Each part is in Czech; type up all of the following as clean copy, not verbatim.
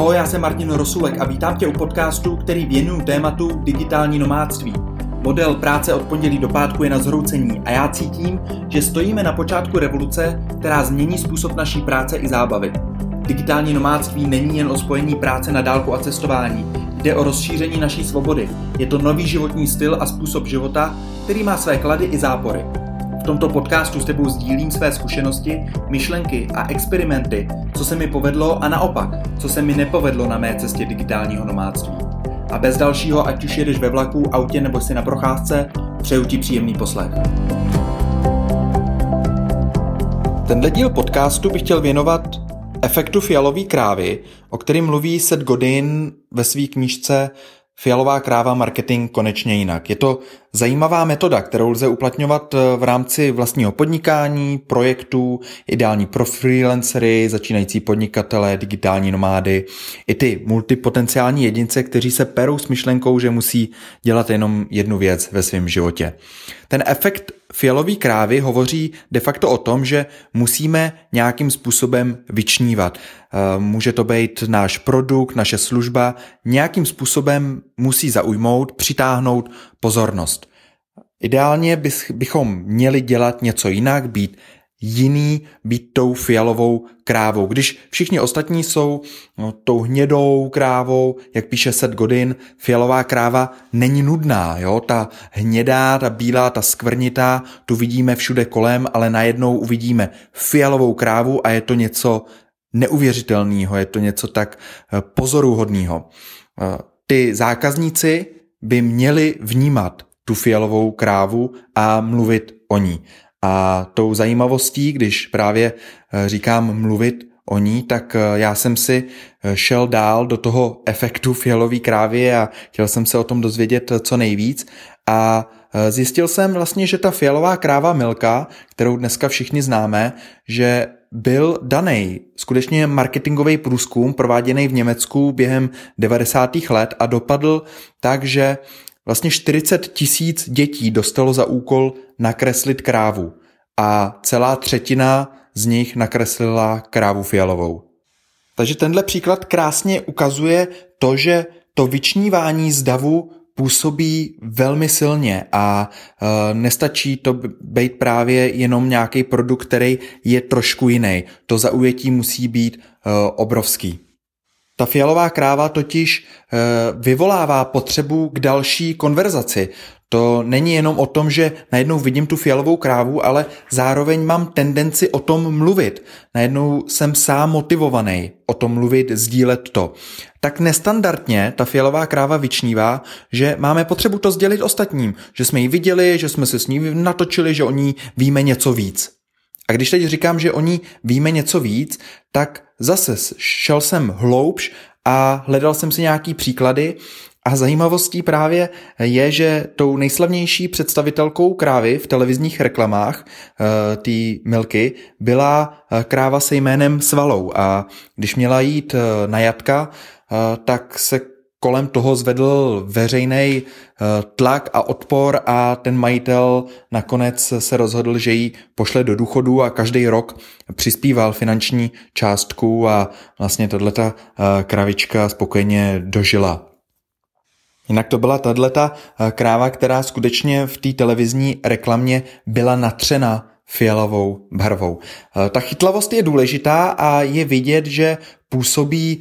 Ahoj, já jsem Martin Rosulek a vítám tě u podcastu, který věnuju tématu digitální nomádství. Model práce od pondělí do pátku je na zhroucení a já cítím, že stojíme na počátku revoluce, která změní způsob naší práce i zábavy. Digitální nomádství není jen o spojení práce na dálku a cestování, jde o rozšíření naší svobody. Je to nový životní styl a způsob života, který má své klady i zápory. V tomto podcastu s tebou sdílím své zkušenosti, myšlenky a experimenty, co se mi povedlo a naopak, co se mi nepovedlo na mé cestě digitálního nomádství. A bez dalšího, ať už jedeš ve vlaku, autě nebo si na procházce, přeju ti příjemný poslech. Tenhle díl podcastu bych chtěl věnovat efektu fialové krávy, o kterém mluví Seth Godin ve své knížce Fialová kráva marketing konečně jinak. Je to zajímavá metoda, kterou lze uplatňovat v rámci vlastního podnikání, projektů, ideální pro freelancery, začínající podnikatele, digitální nomády, i ty multipotenciální jedince, kteří se perou s myšlenkou, že musí dělat jenom jednu věc ve svém životě. Ten efekt fialové krávy hovoří de facto o tom, že musíme nějakým způsobem vyčnívat. Může to být náš produkt, naše služba, nějakým způsobem musí zaujmout, přitáhnout pozornost. Ideálně bychom měli dělat něco jinak, být jiný, být tou fialovou krávou. Když všichni ostatní jsou tou hnědou krávou, jak píše Seth Godin, fialová kráva není nudná. Jo? Ta hnědá, ta bílá, ta skvrnitá, tu vidíme všude kolem, ale najednou uvidíme fialovou krávu a je to něco neuvěřitelného, je to něco tak pozoruhodného. Ty zákazníci by měli vnímat tu fialovou krávu a mluvit o ní. A tou zajímavostí, když právě říkám mluvit o ní, tak já jsem si šel dál do toho efektu fialové krávy a chtěl jsem se o tom dozvědět co nejvíc a zjistil jsem vlastně, že ta fialová kráva Milka, kterou dneska všichni známe, že byl daný skutečně marketingový průzkum prováděný v Německu během 90. let a dopadl tak, že vlastně 40 000 dětí dostalo za úkol nakreslit krávu a celá třetina z nich nakreslila krávu fialovou. Takže tenhle příklad krásně ukazuje to, že to vyčnívání z davu působí velmi silně a nestačí to být právě jenom nějaký produkt, který je trošku jiný. To zaujetí musí být obrovský. Ta fialová kráva totiž vyvolává potřebu k další konverzaci. To není jenom o tom, že najednou vidím tu fialovou krávu, ale zároveň mám tendenci o tom mluvit. Najednou jsem sám motivovaný o tom mluvit, sdílet to. Tak nestandardně ta fialová kráva vyčnívá, že máme potřebu to sdělit ostatním, že jsme ji viděli, že jsme se s ní natočili, že o ní víme něco víc. A když teď říkám, že o ní víme něco víc, tak zase šel jsem hloubš a hledal jsem si nějaký příklady a zajímavostí právě je, že tou nejslavnější představitelkou krávy v televizních reklamách, té Milky, byla kráva se jménem Swallow a když měla jít na jatka, tak se kolem toho zvedl veřejný tlak a odpor a ten majitel nakonec se rozhodl, že ji pošle do důchodu a každý rok přispíval finanční částku a vlastně tato kravička spokojeně dožila. Jinak to byla tato kráva, která skutečně v té televizní reklamě byla natřena fialovou barvou. Ta chytlavost je důležitá a je vidět, že působí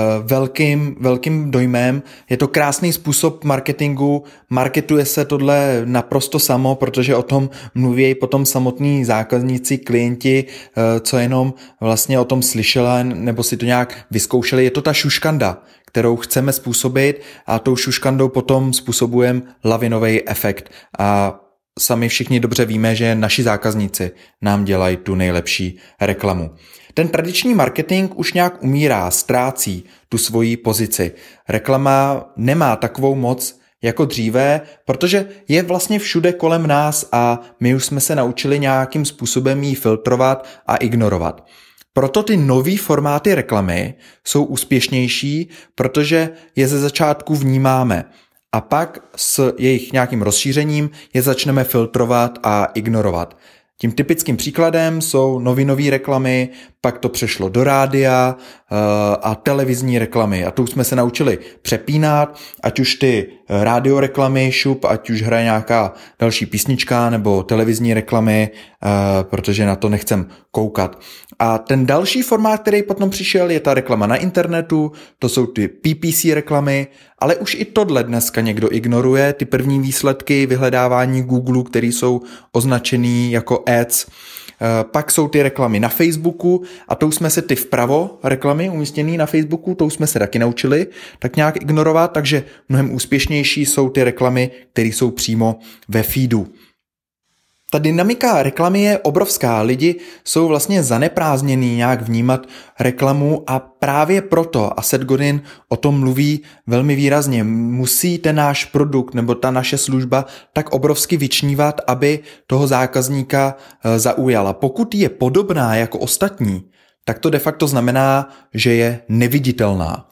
velkým dojmem. Je to krásný způsob marketingu, marketuje se tohle naprosto samo, protože o tom mluví potom samotní zákazníci, klienti, co jenom vlastně o tom slyšeli nebo si to nějak vyzkoušeli. Je to ta šuškanda, kterou chceme způsobit a tou šuškandou potom způsobujeme lavinový efekt a sami všichni dobře víme, že naši zákazníci nám dělají tu nejlepší reklamu. Ten tradiční marketing už nějak umírá, ztrácí tu svoji pozici. Reklama nemá takovou moc jako dříve, protože je vlastně všude kolem nás a my už jsme se naučili nějakým způsobem ji filtrovat a ignorovat. Proto ty nový formáty reklamy jsou úspěšnější, protože je ze začátku vnímáme. A pak s jejich nějakým rozšířením je začneme filtrovat a ignorovat. Tím typickým příkladem jsou novinové reklamy, pak to přešlo do rádia a televizní reklamy. A to už jsme se naučili přepínat, ať už ty rádioreklamy, ať už hraje nějaká další písnička nebo televizní reklamy, protože na to nechcem koukat. A ten další formát, který potom přišel, je ta reklama na internetu, to jsou ty PPC reklamy, ale už i tohle dneska někdo ignoruje, ty první výsledky vyhledávání Google, které jsou označený jako ads. Pak jsou ty reklamy na Facebooku a to už jsme se ty vpravo reklamy umístěné na Facebooku, to už jsme se taky naučili tak nějak ignorovat, takže mnohem úspěšnější jsou ty reklamy, které jsou přímo ve feedu. Ta dynamika reklamy je obrovská, lidi jsou vlastně zaneprázdnění nějak vnímat reklamu a právě proto, a Seth Godin o tom mluví velmi výrazně, musí ten náš produkt nebo ta naše služba tak obrovsky vyčnívat, aby toho zákazníka zaujala. Pokud je podobná jako ostatní, tak to de facto znamená, že je neviditelná.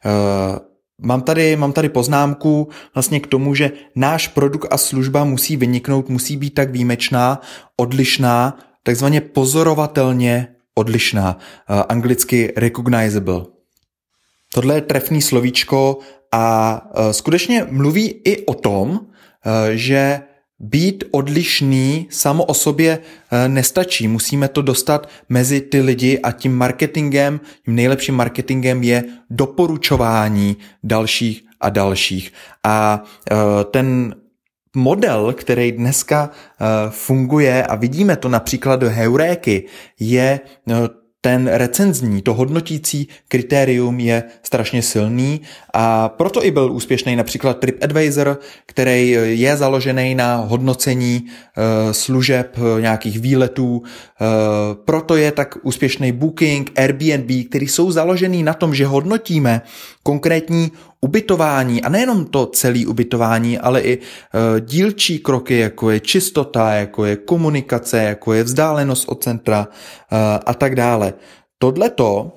Mám tady poznámku vlastně k tomu, že náš produkt a služba musí vyniknout, musí být tak výjimečná, odlišná, takzvaně pozorovatelně odlišná, anglicky recognizable. Tohle je trefný slovíčko a skutečně mluví i o tom, že být odlišný samo o sobě nestačí. Musíme to dostat mezi ty lidi a tím marketingem, tím nejlepším marketingem je doporučování dalších a dalších. A ten model, který dneska funguje a vidíme to například do Heuréky, je ten recenzní, to hodnotící kritérium je strašně silný a proto i byl úspěšný například TripAdvisor, který je založený na hodnocení služeb, nějakých výletů, proto je tak úspěšný Booking, Airbnb, který jsou založený na tom, že hodnotíme konkrétní ubytování a nejenom to celé ubytování, ale i dílčí kroky, jako je čistota, jako je komunikace, jako je vzdálenost od centra a tak dále. Tohleto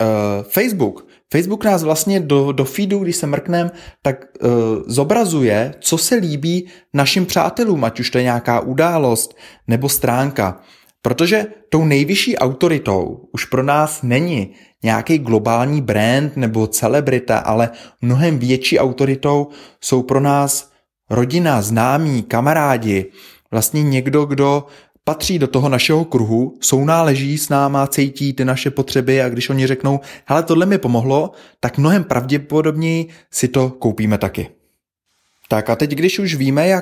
Facebook nás vlastně do feedu, když se mrknem, tak zobrazuje, co se líbí našim přátelům, ať už to je nějaká událost nebo stránka. Protože tou nejvyšší autoritou už pro nás není nějaký globální brand nebo celebrita, ale mnohem větší autoritou jsou pro nás rodina, známí, kamarádi, vlastně někdo, kdo patří do toho našeho kruhu, sounáleží s náma, cítí ty naše potřeby a když oni řeknou, hele, tohle mi pomohlo, tak mnohem pravděpodobněji si to koupíme taky. Tak a teď, když už víme,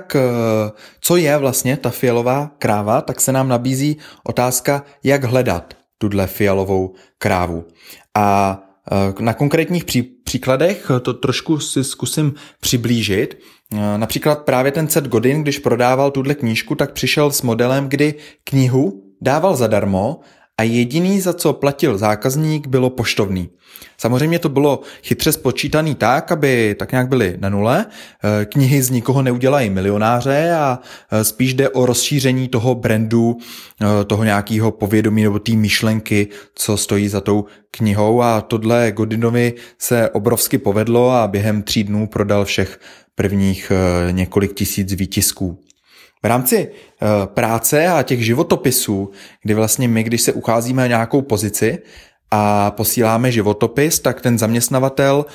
co je vlastně ta fialová kráva, tak se nám nabízí otázka, jak hledat tuhle fialovou krávu. A na konkrétních příkladech to trošku si zkusím přiblížit. Například právě ten Seth Godin, když prodával tuhle knížku, tak přišel s modelem, kdy knihu dával zadarmo a jediný, za co platil zákazník, bylo poštovný. Samozřejmě to bylo chytře spočítaný tak, aby tak nějak byly na nule. Knihy z nikoho neudělají milionáře a spíš jde o rozšíření toho brandu, toho nějakého povědomí nebo té myšlenky, co stojí za tou knihou a tohle Godinovi se obrovsky povedlo a během 3 dnů prodal všech prvních několik tisíc výtisků. V rámci práce a těch životopisů, kdy vlastně my, když se ucházíme o nějakou pozici a posíláme životopis, tak ten zaměstnavatel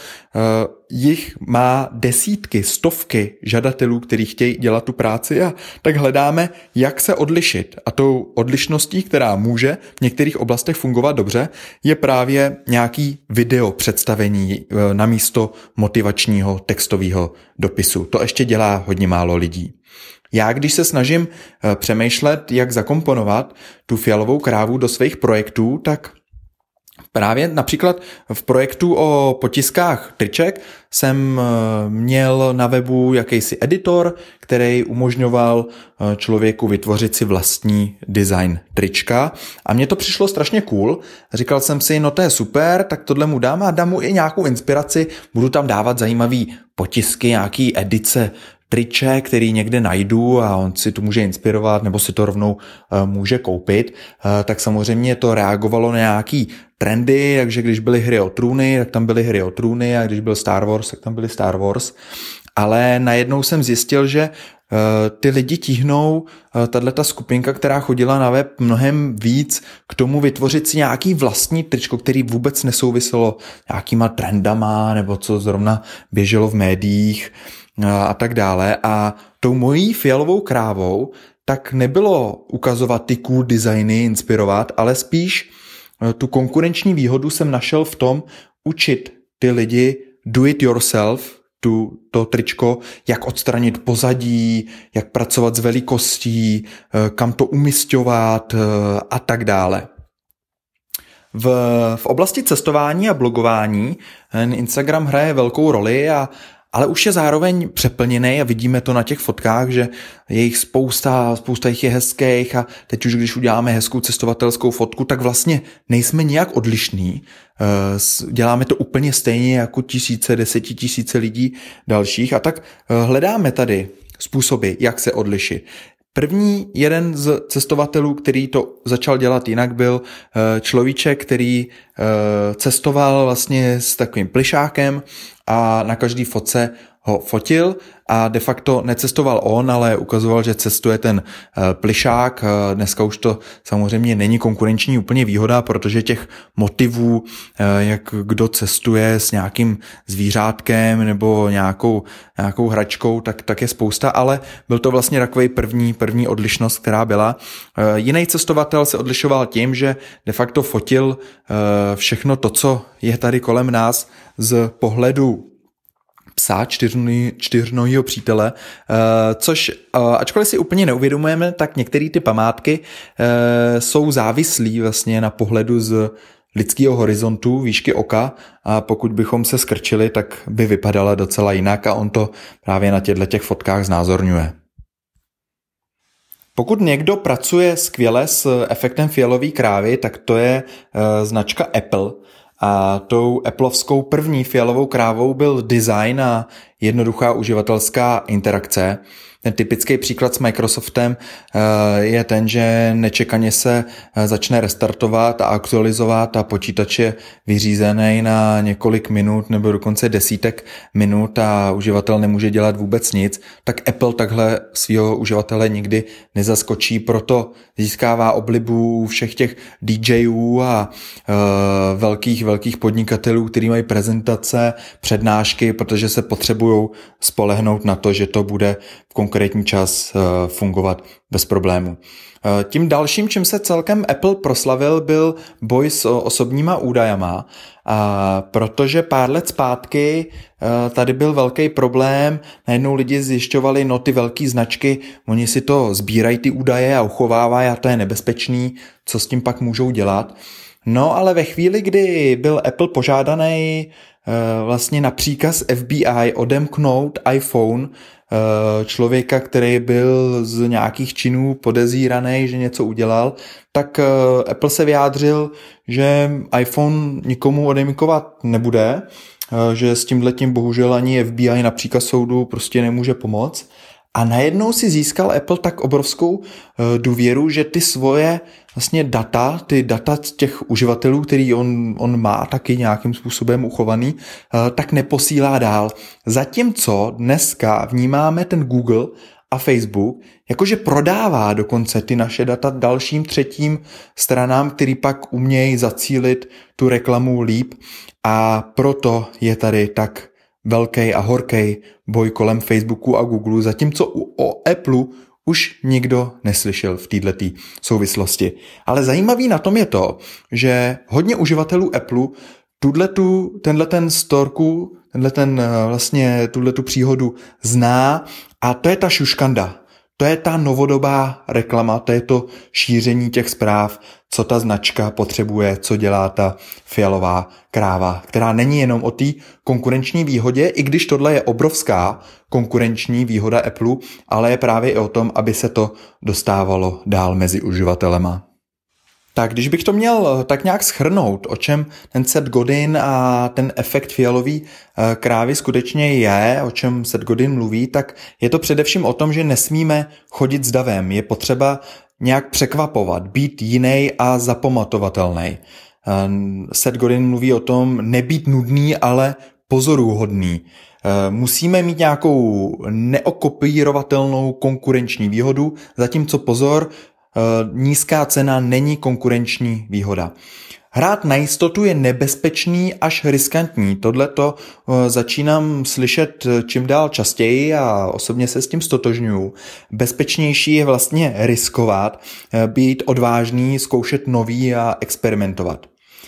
jich má desítky, stovky žadatelů, kteří chtějí dělat tu práci a tak hledáme, jak se odlišit. A tou odlišností, která může v některých oblastech fungovat dobře, je právě nějaký video představení namísto motivačního textového dopisu. To ještě dělá hodně málo lidí. Já, když se snažím přemýšlet, jak zakomponovat tu fialovou krávu do svých projektů, tak právě například v projektu o potiskách triček jsem měl na webu jakýsi editor, který umožňoval člověku vytvořit si vlastní design trička a mně to přišlo strašně cool. Říkal jsem si, no to je super, tak tohle mu dám a dám mu i nějakou inspiraci, budu tam dávat zajímavý potisky, nějaký edice triček, který někde najdu a on si to může inspirovat nebo si to rovnou může koupit, tak samozřejmě to reagovalo na nějaký trendy, takže když byly hry o trůny, tak tam byly hry o trůny a když byl Star Wars, tak tam byly Star Wars. Ale najednou jsem zjistil, že ty lidi tíhnou, tato skupinka, která chodila na web mnohem víc k tomu vytvořit si nějaký vlastní tričko, který vůbec nesouviselo nějakýma trendama nebo co zrovna běželo v médiích a tak dále. A tou mojí fialovou krávou tak nebylo ukazovat ty cool designy, inspirovat, ale spíš tu konkurenční výhodu jsem našel v tom učit ty lidi do it yourself, to tričko, jak odstranit pozadí, jak pracovat s velikostí, kam to umisťovat a tak dále. V oblasti cestování a blogování Instagram hraje velkou roli, ale už je zároveň přeplněný a vidíme to na těch fotkách, že je jich spousta jich je hezkých a teď už když uděláme hezkou cestovatelskou fotku, tak vlastně nejsme nijak odlišní. Děláme to úplně stejně jako desetitisíce lidí dalších a tak hledáme tady způsoby, jak se odlišit. První jeden z cestovatelů, který to začal dělat jinak, byl človíček, který cestoval vlastně s takovým plyšákem a na každý fotce ho fotil a de facto necestoval on, ale ukazoval, že cestuje ten plyšák. Dneska už to samozřejmě není konkurenční úplně výhoda, protože těch motivů, jak kdo cestuje s nějakým zvířátkem nebo nějakou hračkou, tak je spousta, ale byl to vlastně takový první odlišnost, která byla. Jiný cestovatel se odlišoval tím, že de facto fotil všechno to, co je tady kolem nás z pohledu psa, čtyřnohýho přítele, což ačkoliv si úplně neuvědomujeme, tak některé ty památky jsou závislí vlastně na pohledu z lidského horizontu, výšky oka a pokud bychom se skrčili, tak by vypadala docela jinak a on to právě na těch fotkách znázorňuje. Pokud někdo pracuje skvěle s efektem fialové krávy, tak to je značka Apple. A tou applovskou první fialovou krávou byl design a jednoduchá uživatelská interakce. Ten typický příklad s Microsoftem je ten, že nečekaně se začne restartovat a aktualizovat a počítač je vyřízený na několik minut nebo dokonce desítek minut a uživatel nemůže dělat vůbec nic, tak Apple takhle svého uživatele nikdy nezaskočí, proto získává oblibu všech těch DJů a velkých podnikatelů, kteří mají prezentace, přednášky, protože se potřebují spolehnout na to, že to bude v konkrétní čas fungovat bez problému. Tím dalším, čím se celkem Apple proslavil, byl boj s osobníma údajama, protože pár let zpátky tady byl velký problém, najednou lidi zjišťovali, ty velký značky, oni si to sbírají ty údaje a uchovávají a to je nebezpečný, co s tím pak můžou dělat. No ale ve chvíli, kdy byl Apple požádaný vlastně na příkaz FBI odemknout iPhone člověka, který byl z nějakých činů podezíraný, že něco udělal, tak Apple se vyjádřil, že iPhone nikomu odemkovat nebude, že s tímhletím bohužel ani FBI na příkaz soudu prostě nemůže pomoct. A najednou si získal Apple tak obrovskou důvěru, že ty svoje vlastně data těch uživatelů, který on má taky nějakým způsobem uchovaný, tak neposílá dál. Zatímco dneska vnímáme ten Google a Facebook, jakože prodává dokonce ty naše data dalším třetím stranám, který pak umějí zacílit tu reklamu líp a proto je tady tak velký a horký boj kolem Facebooku a Google, zatímco o Apple už nikdo neslyšel v této souvislosti. Ale zajímavý na tom je to, že hodně uživatelů Apple tuhletu příhodu zná a to je ta šuškanda. To je ta novodobá reklama, to je to šíření těch zpráv, co ta značka potřebuje, co dělá ta fialová kráva, která není jenom o té konkurenční výhodě, i když tohle je obrovská konkurenční výhoda Apple, ale je právě i o tom, aby se to dostávalo dál mezi uživatelema. Tak když bych to měl tak nějak shrnout, o čem ten Seth Godin a ten efekt fialový krávy skutečně je, o čem Seth Godin mluví, tak je to především o tom, že nesmíme chodit s davem. Je potřeba nějak překvapovat, být jiný a zapamatovatelný. Seth Godin mluví o tom nebýt nudný, ale pozoruhodný. Musíme mít nějakou neokopírovatelnou konkurenční výhodu, zatímco pozor, nízká cena není konkurenční výhoda. Hrát na jistotu je nebezpečný až riskantní. Tohleto začínám slyšet čím dál častěji a osobně se s tím stotožňuju. Bezpečnější je vlastně riskovat, být odvážný, zkoušet nový a experimentovat.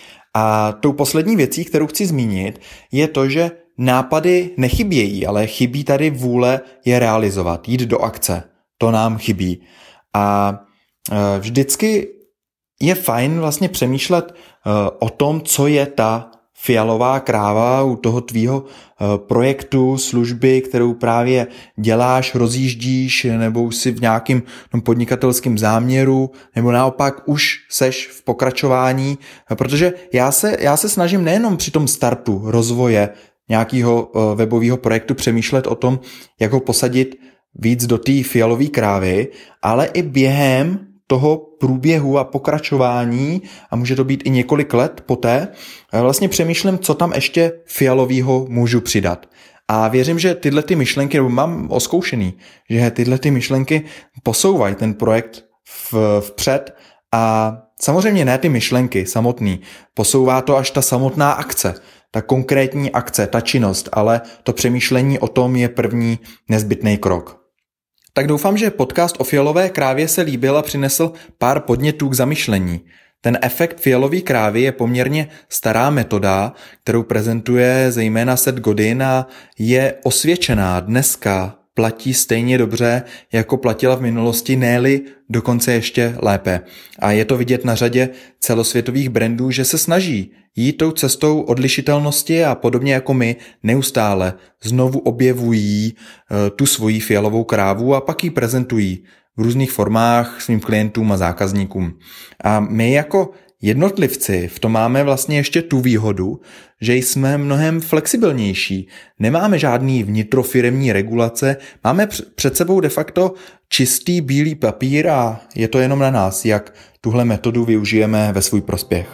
A tou poslední věcí, kterou chci zmínit, je to, že nápady nechybějí, ale chybí tady vůle je realizovat, jít do akce. To nám chybí. A vždycky je fajn vlastně přemýšlet o tom, co je ta fialová kráva u toho tvýho projektu, služby, kterou právě děláš, rozjíždíš, nebo už si v nějakém podnikatelském záměru, nebo naopak už seš v pokračování, protože já se snažím nejenom při tom startu rozvoje nějakého webového projektu přemýšlet o tom, jak ho posadit víc do té fialové krávy, ale i během toho průběhu a pokračování, a může to být i několik let poté, vlastně přemýšlím, co tam ještě fialovýho můžu přidat. A věřím, že tyhle ty myšlenky, nebo mám oskoušený, že tyhle ty myšlenky posouvají ten projekt vpřed a samozřejmě ne ty myšlenky samotný, posouvá to až ta samotná akce, ta konkrétní akce, ta činnost, ale to přemýšlení o tom je první nezbytný krok. Tak doufám, že podcast o fialové krávě se líbil a přinesl pár podnětů k zamyšlení. Ten efekt fialové krávy je poměrně stará metoda, kterou prezentuje zejména Seth Godin a je osvědčená dneska. Platí stejně dobře, jako platila v minulosti, ne-li dokonce ještě lépe. A je to vidět na řadě celosvětových brandů, že se snaží jít tou cestou odlišitelnosti a podobně jako my neustále znovu objevují tu svoji fialovou krávu a pak ji prezentují v různých formách svým klientům a zákazníkům. A my jako jednotlivci v tom máme vlastně ještě tu výhodu, že jsme mnohem flexibilnější. Nemáme žádný vnitrofiremní regulace, máme před sebou de facto čistý bílý papír a je to jenom na nás, jak tuhle metodu využijeme ve svůj prospěch.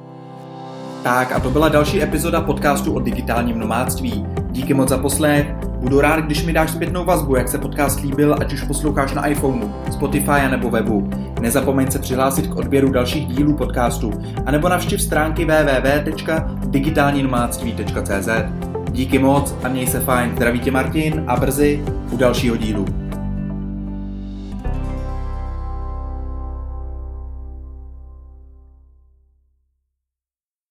Tak a to byla další epizoda podcastu o digitálním nomádství. Díky moc za poslech. Budu rád, když mi dáš zpětnou vazbu, jak se podcast líbil, ať už posloucháš na iPhoneu, Spotify nebo webu. Nezapomeň se přihlásit k odběru dalších dílů podcastu, anebo navštiv stránky www.digitálninomádství.cz. Díky moc a měj se fajn. Zdraví tě Martin a brzy u dalšího dílu.